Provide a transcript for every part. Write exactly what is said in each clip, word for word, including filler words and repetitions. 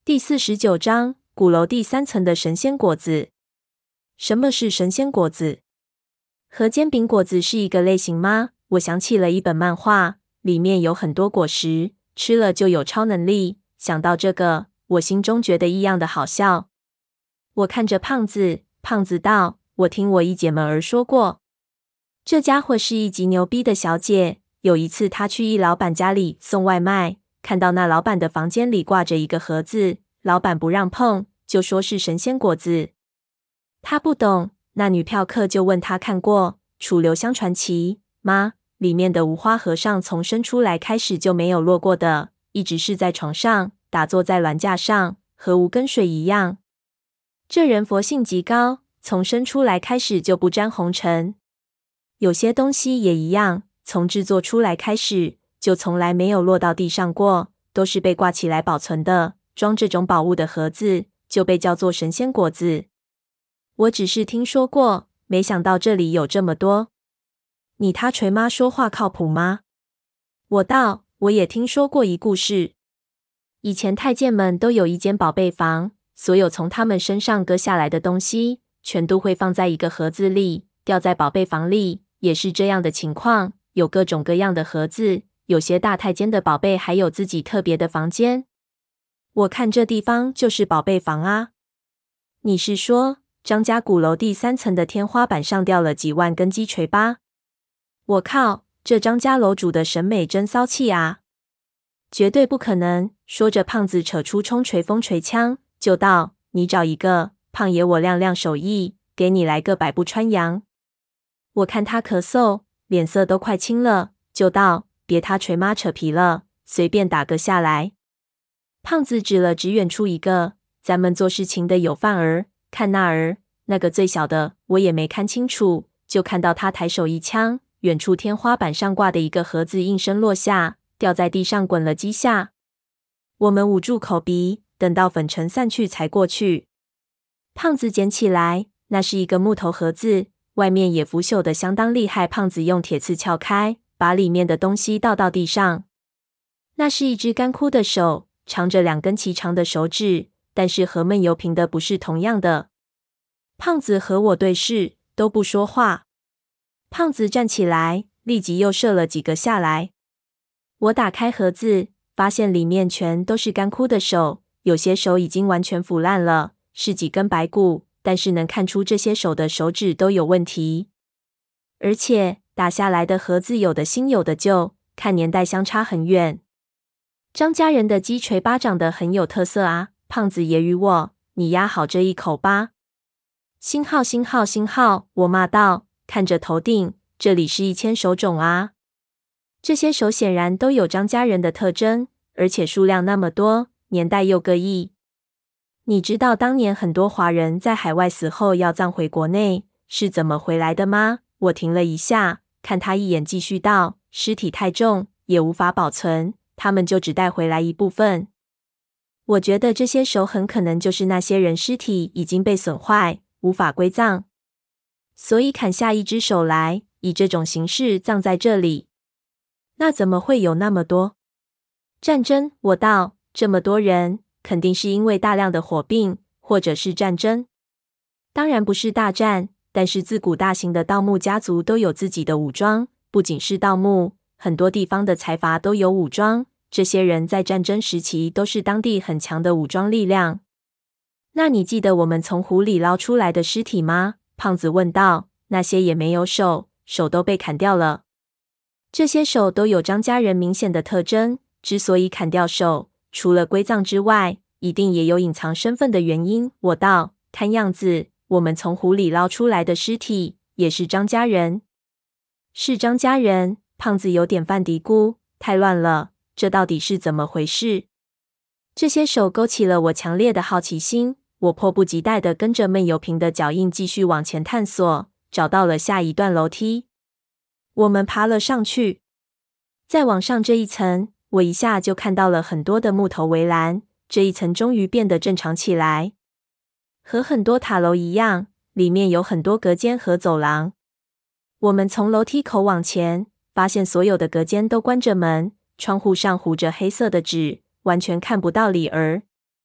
第四十九章鼓楼第三层的神仙果子。什么是神仙果子？和煎饼果子是一个类型吗？我想起了一本漫画，里面有很多果实，吃了就有超能力。想到这个，我心中觉得异样的好笑。我看着胖子，胖子道：“我听我一姐们儿说过，这家伙是一级牛逼的小姐。有一次她去一老板家里送外卖，看到那老板的房间里挂着一个盒子，老板不让碰，就说是神仙果子。她不懂，那女嫖客就问她看过《楚留香传奇》吗？里面的无花和尚从生出来开始就没有落过的，一直是在床上打坐在銮架上，和无根水一样。这人佛性极高，从生出来开始就不沾红尘。有些东西也一样，从制作出来开始就从来没有落到地上过，都是被挂起来保存的。装这种宝物的盒子就被叫做神仙果子。我只是听说过，没想到这里有这么多。你他锤妈说话靠谱吗？我道，我也听说过一故事。以前太监们都有一间宝贝房，所有从他们身上割下来的东西，全都会放在一个盒子里，吊在宝贝房里。也是这样的情况，有各种各样的盒子，有些大太监的宝贝还有自己特别的房间。我看这地方就是宝贝房啊。你是说张家鼓楼第三层的天花板上吊了几万根击锤吧？我靠，这张家楼主的审美真骚气啊！绝对不可能。说着，胖子扯出冲锤风锤枪，就道：“你找一个，胖爷我亮亮手艺，给你来个百步穿杨。”我看他咳嗽，脸色都快青了，就道：“别他锤妈扯皮了，随便打个下来。”胖子指了指远处一个，咱们做事情的有范儿，看那儿，那个最小的我也没看清楚，就看到他抬手一枪，远处天花板上挂的一个盒子应声落下，掉在地上滚了几下。我们捂住口鼻，等到粉尘散去才过去。胖子捡起来，那是一个木头盒子，外面也腐朽的相当厉害。胖子用铁刺撬开，把里面的东西倒到地上。那是一只干枯的手，长着两根齐长的手指，但是和闷油瓶的不是同样的。胖子和我对视，都不说话。胖子站起来，立即又射了几个下来。我打开盒子，发现里面全都是干枯的手，有些手已经完全腐烂了，是几根白骨，但是能看出这些手的手指都有问题。而且打下来的盒子有的新有的旧，看年代相差很远。张家人的击锤巴掌得很有特色啊！胖子揶揄我：“你压好这一口吧。”星号星号星号！我骂道，看着头顶，这里是一千手冢啊！这些手显然都有张家人的特征，而且数量那么多，年代又各异。你知道当年很多华人在海外死后要葬回国内，是怎么回来的吗？我停了一下，看他一眼，继续道：“尸体太重，也无法保存，他们就只带回来一部分。我觉得这些手很可能就是那些人尸体已经被损坏，无法归葬，所以砍下一只手来，以这种形式葬在这里。那怎么会有那么多？战争？”我道，这么多人，肯定是因为大量的火并，或者是战争。当然不是大战，但是自古大型的盗墓家族都有自己的武装，不仅是盗墓，很多地方的财阀都有武装。这些人在战争时期都是当地很强的武装力量。那你记得我们从湖里捞出来的尸体吗？胖子问道。那些也没有手，手都被砍掉了。这些手都有张家人明显的特征，之所以砍掉手，除了归葬之外，一定也有隐藏身份的原因。我道，看样子我们从湖里捞出来的尸体也是张家人。是张家人？胖子有点犯嘀咕，太乱了，这到底是怎么回事？这些手勾起了我强烈的好奇心，我迫不及待地跟着闷油瓶的脚印继续往前探索，找到了下一段楼梯。我们爬了上去，再往上这一层，我一下就看到了很多的木头围栏，这一层终于变得正常起来。和很多塔楼一样，里面有很多隔间和走廊。我们从楼梯口往前，发现所有的隔间都关着门，窗户上糊着黑色的纸，完全看不到里儿。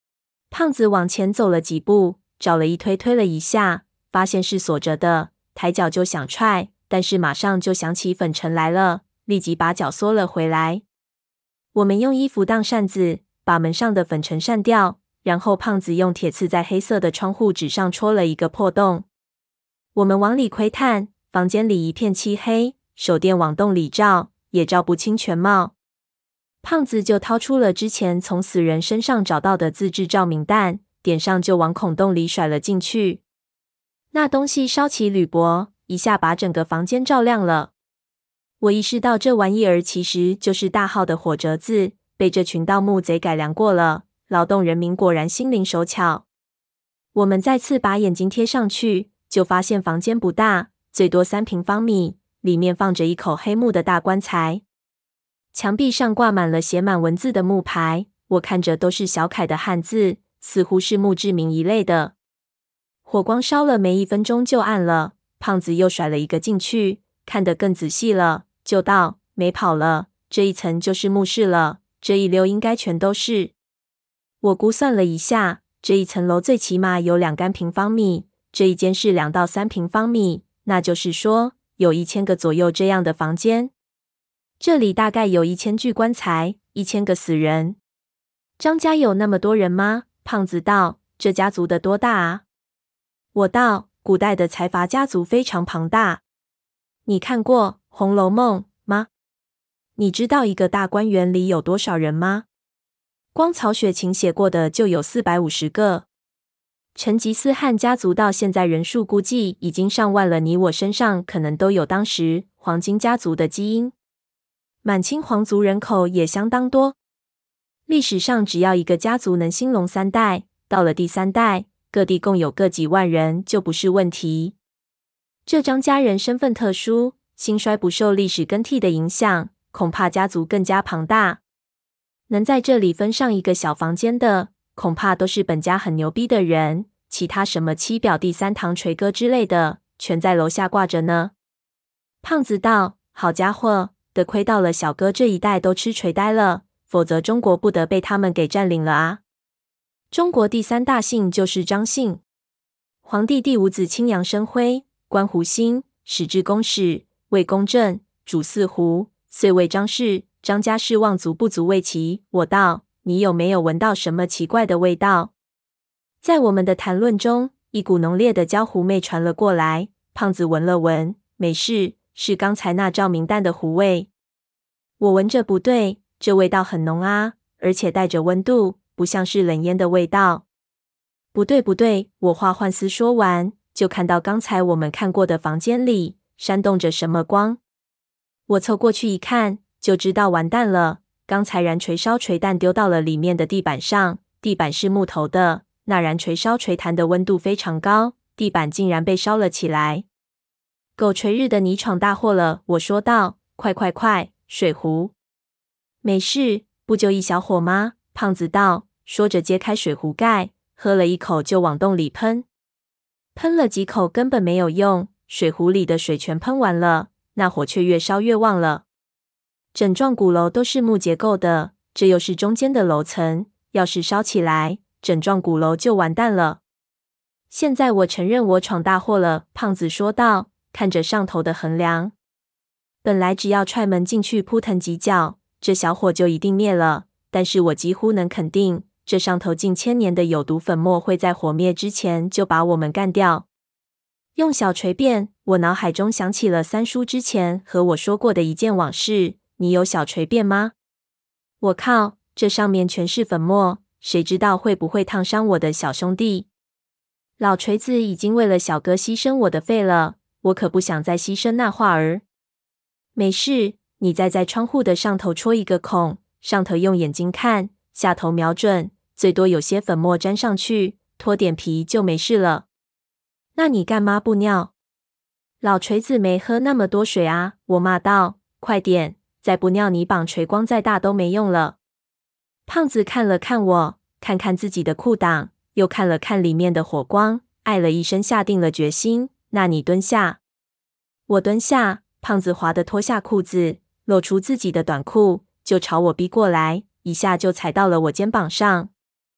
胖子往前走了几步，找了一推推了一下，发现是锁着的，抬脚就想踹，但是马上就想起粉尘来了，立即把脚缩了回来。我们用衣服当扇子，把门上的粉尘扇掉，然后胖子用铁刺在黑色的窗户纸上戳了一个破洞。我们往里窥探，房间里一片漆黑，手电往洞里照，也照不清全貌。胖子就掏出了之前从死人身上找到的自制照明弹，点上就往孔洞里甩了进去。那东西烧起铝箔，一下把整个房间照亮了。我意识到这玩意儿其实就是大号的火折子，被这群盗墓贼改良过了。劳动人民果然心灵手巧。我们再次把眼睛贴上去，就发现房间不大，最多三平方米，里面放着一口黑木的大棺材。墙壁上挂满了写满文字的木牌，我看着都是小楷的汉字，似乎是墓志铭一类的。火光烧了没一分钟就暗了，胖子又甩了一个进去，看得更仔细了，就道：没跑了，这一层就是墓室了，这一溜应该全都是。我估算了一下，这一层楼最起码有两干平方米，这一间是两到三平方米，那就是说有一千个左右这样的房间。这里大概有一千具棺材，一千个死人。张家有那么多人吗？胖子道：这家族的多大啊？我道：古代的财阀家族非常庞大。你看过《红楼梦》吗？你知道一个大观园里有多少人吗？光曹雪芹写过的就有四百五十个。成吉思汗家族到现在人数估计已经上万了，你我身上可能都有当时黄金家族的基因。满清皇族人口也相当多。历史上只要一个家族能兴隆三代，到了第三代，各地共有个几万人就不是问题。这张家人身份特殊，兴衰不受历史更替的影响，恐怕家族更加庞大。能在这里分上一个小房间的，恐怕都是本家很牛逼的人，其他什么七表弟三堂锤哥之类的，全在楼下挂着呢。胖子道：好家伙，得亏到了小哥这一代都吃锤呆了，否则中国不得被他们给占领了啊！中国第三大姓就是张姓，皇帝第五子青阳生辉，官胡兴，始至公室，魏公正，主四胡，遂为张氏。张家氏望族不足为奇。我道：你有没有闻到什么奇怪的味道？在我们的谈论中，一股浓烈的焦糊味传了过来。胖子闻了闻，没事，是刚才那照明弹的糊味。我闻着不对，这味道很浓啊，而且带着温度，不像是冷烟的味道。不对不对，我话换丝说完，就看到刚才我们看过的房间里煽动着什么光。我凑过去一看，就知道完蛋了。刚才燃锤烧锤弹丢到了里面的地板上，地板是木头的，那燃锤烧锤弹的温度非常高，地板竟然被烧了起来。狗锤日的你闯大祸了，我说道。快快快，水壶。没事，不就一小火吗？胖子道，说着揭开水壶盖，喝了一口就往洞里喷。喷了几口根本没有用，水壶里的水全喷完了，那火却越烧越旺了。整幢鼓楼都是木结构的，这又是中间的楼层，要是烧起来，整幢鼓楼就完蛋了。现在我承认我闯大祸了，胖子说道，看着上头的横梁。本来只要踹门进去扑腾几脚，这小火就一定灭了，但是我几乎能肯定，这上头近千年的有毒粉末会在火灭之前就把我们干掉。用小锤变，我脑海中想起了三叔之前和我说过的一件往事。你有小锤变吗？我靠，这上面全是粉末，谁知道会不会烫伤我的小兄弟？老锤子已经为了小哥牺牲我的肺了，我可不想再牺牲那画儿。没事，你再在窗户的上头戳一个孔，上头用眼睛看，下头瞄准，最多有些粉末沾上去，脱点皮就没事了。那你干嘛不尿？老锤子没喝那么多水啊，我骂道，快点！再不尿，你绑锤光再大都没用了。胖子看了看我，看看自己的裤裆，又看了看里面的火光，哎了一声，下定了决心。那你蹲下。我蹲下，胖子滑地脱下裤子，露出自己的短裤，就朝我逼过来，一下就踩到了我肩膀上。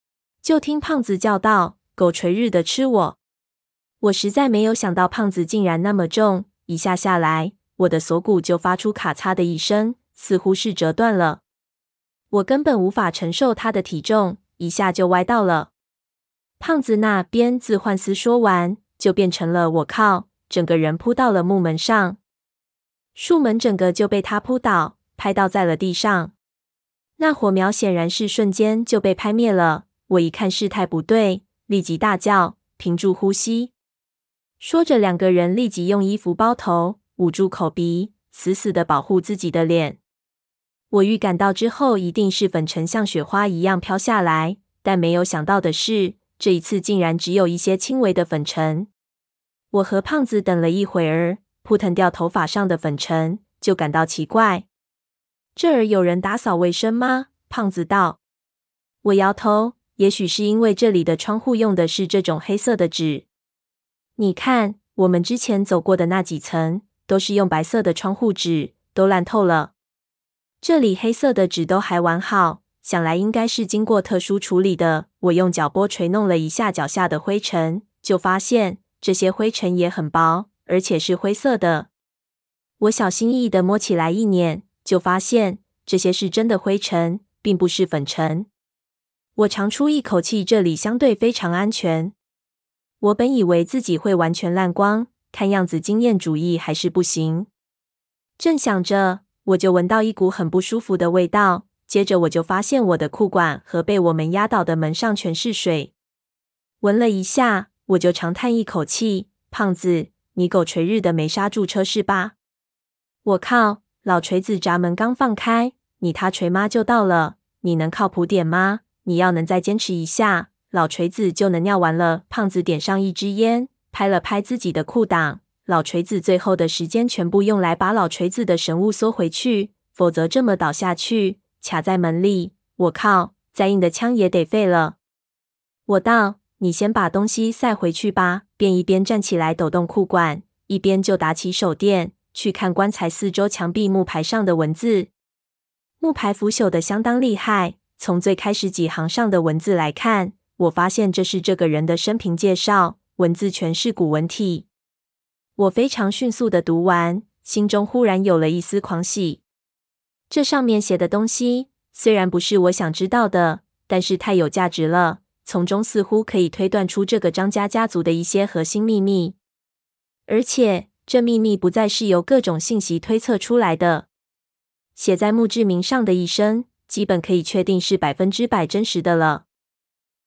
就听胖子叫道：“狗垂日的吃我！”我实在没有想到胖子竟然那么重，一下下来，我的锁骨就发出咔嚓的一声，似乎是折断了。我根本无法承受他的体重，一下就歪到了。胖子那边自换丝说完，就变成了我靠，整个人扑到了木门上，树门整个就被他扑倒，拍倒在了地上。那火苗显然是瞬间就被拍灭了。我一看事态不对，立即大叫：“屏住呼吸！”说着，两个人立即用衣服包头，捂住口鼻，死死地保护自己的脸。我预感到之后一定是粉尘像雪花一样飘下来，但没有想到的是，这一次竟然只有一些轻微的粉尘。我和胖子等了一会儿，扑腾掉头发上的粉尘，就感到奇怪。这儿有人打扫卫生吗？胖子道。我摇头，也许是因为这里的窗户用的是这种黑色的纸。你看，我们之前走过的那几层，都是用白色的窗户纸，都烂透了。这里黑色的纸都还完好，想来应该是经过特殊处理的。我用脚拨捶弄了一下脚下的灰尘，就发现这些灰尘也很薄，而且是灰色的。我小心翼翼地摸起来一捻，就发现这些是真的灰尘，并不是粉尘。我长出一口气，这里相对非常安全。我本以为自己会完全烂光，看样子经验主义还是不行。正想着，我就闻到一股很不舒服的味道，接着我就发现我的裤管和被我们压倒的门上全是水。闻了一下，我就长叹一口气：“胖子，你狗垂日的没刹住车是吧？”我靠，老锤子闸门刚放开，你他锤妈就到了，你能靠谱点吗？你要能再坚持一下，老锤子就能尿完了。胖子点上一支烟，拍了拍自己的裤裆。老锤子最后的时间全部用来把老锤子的神物缩回去，否则这么倒下去，卡在门里，我靠，再硬的枪也得废了。我道：“你先把东西塞回去吧。”便一边站起来抖动裤管，一边就打起手电，去看棺材四周墙壁木牌上的文字。木牌腐朽的相当厉害，从最开始几行上的文字来看，我发现这是这个人的生平介绍，文字全是古文体。我非常迅速地读完，心中忽然有了一丝狂喜。这上面写的东西虽然不是我想知道的，但是太有价值了，从中似乎可以推断出这个张家家族的一些核心秘密。而且这秘密不再是由各种信息推测出来的，写在墓志铭上的一生，基本可以确定是百分之百真实的了。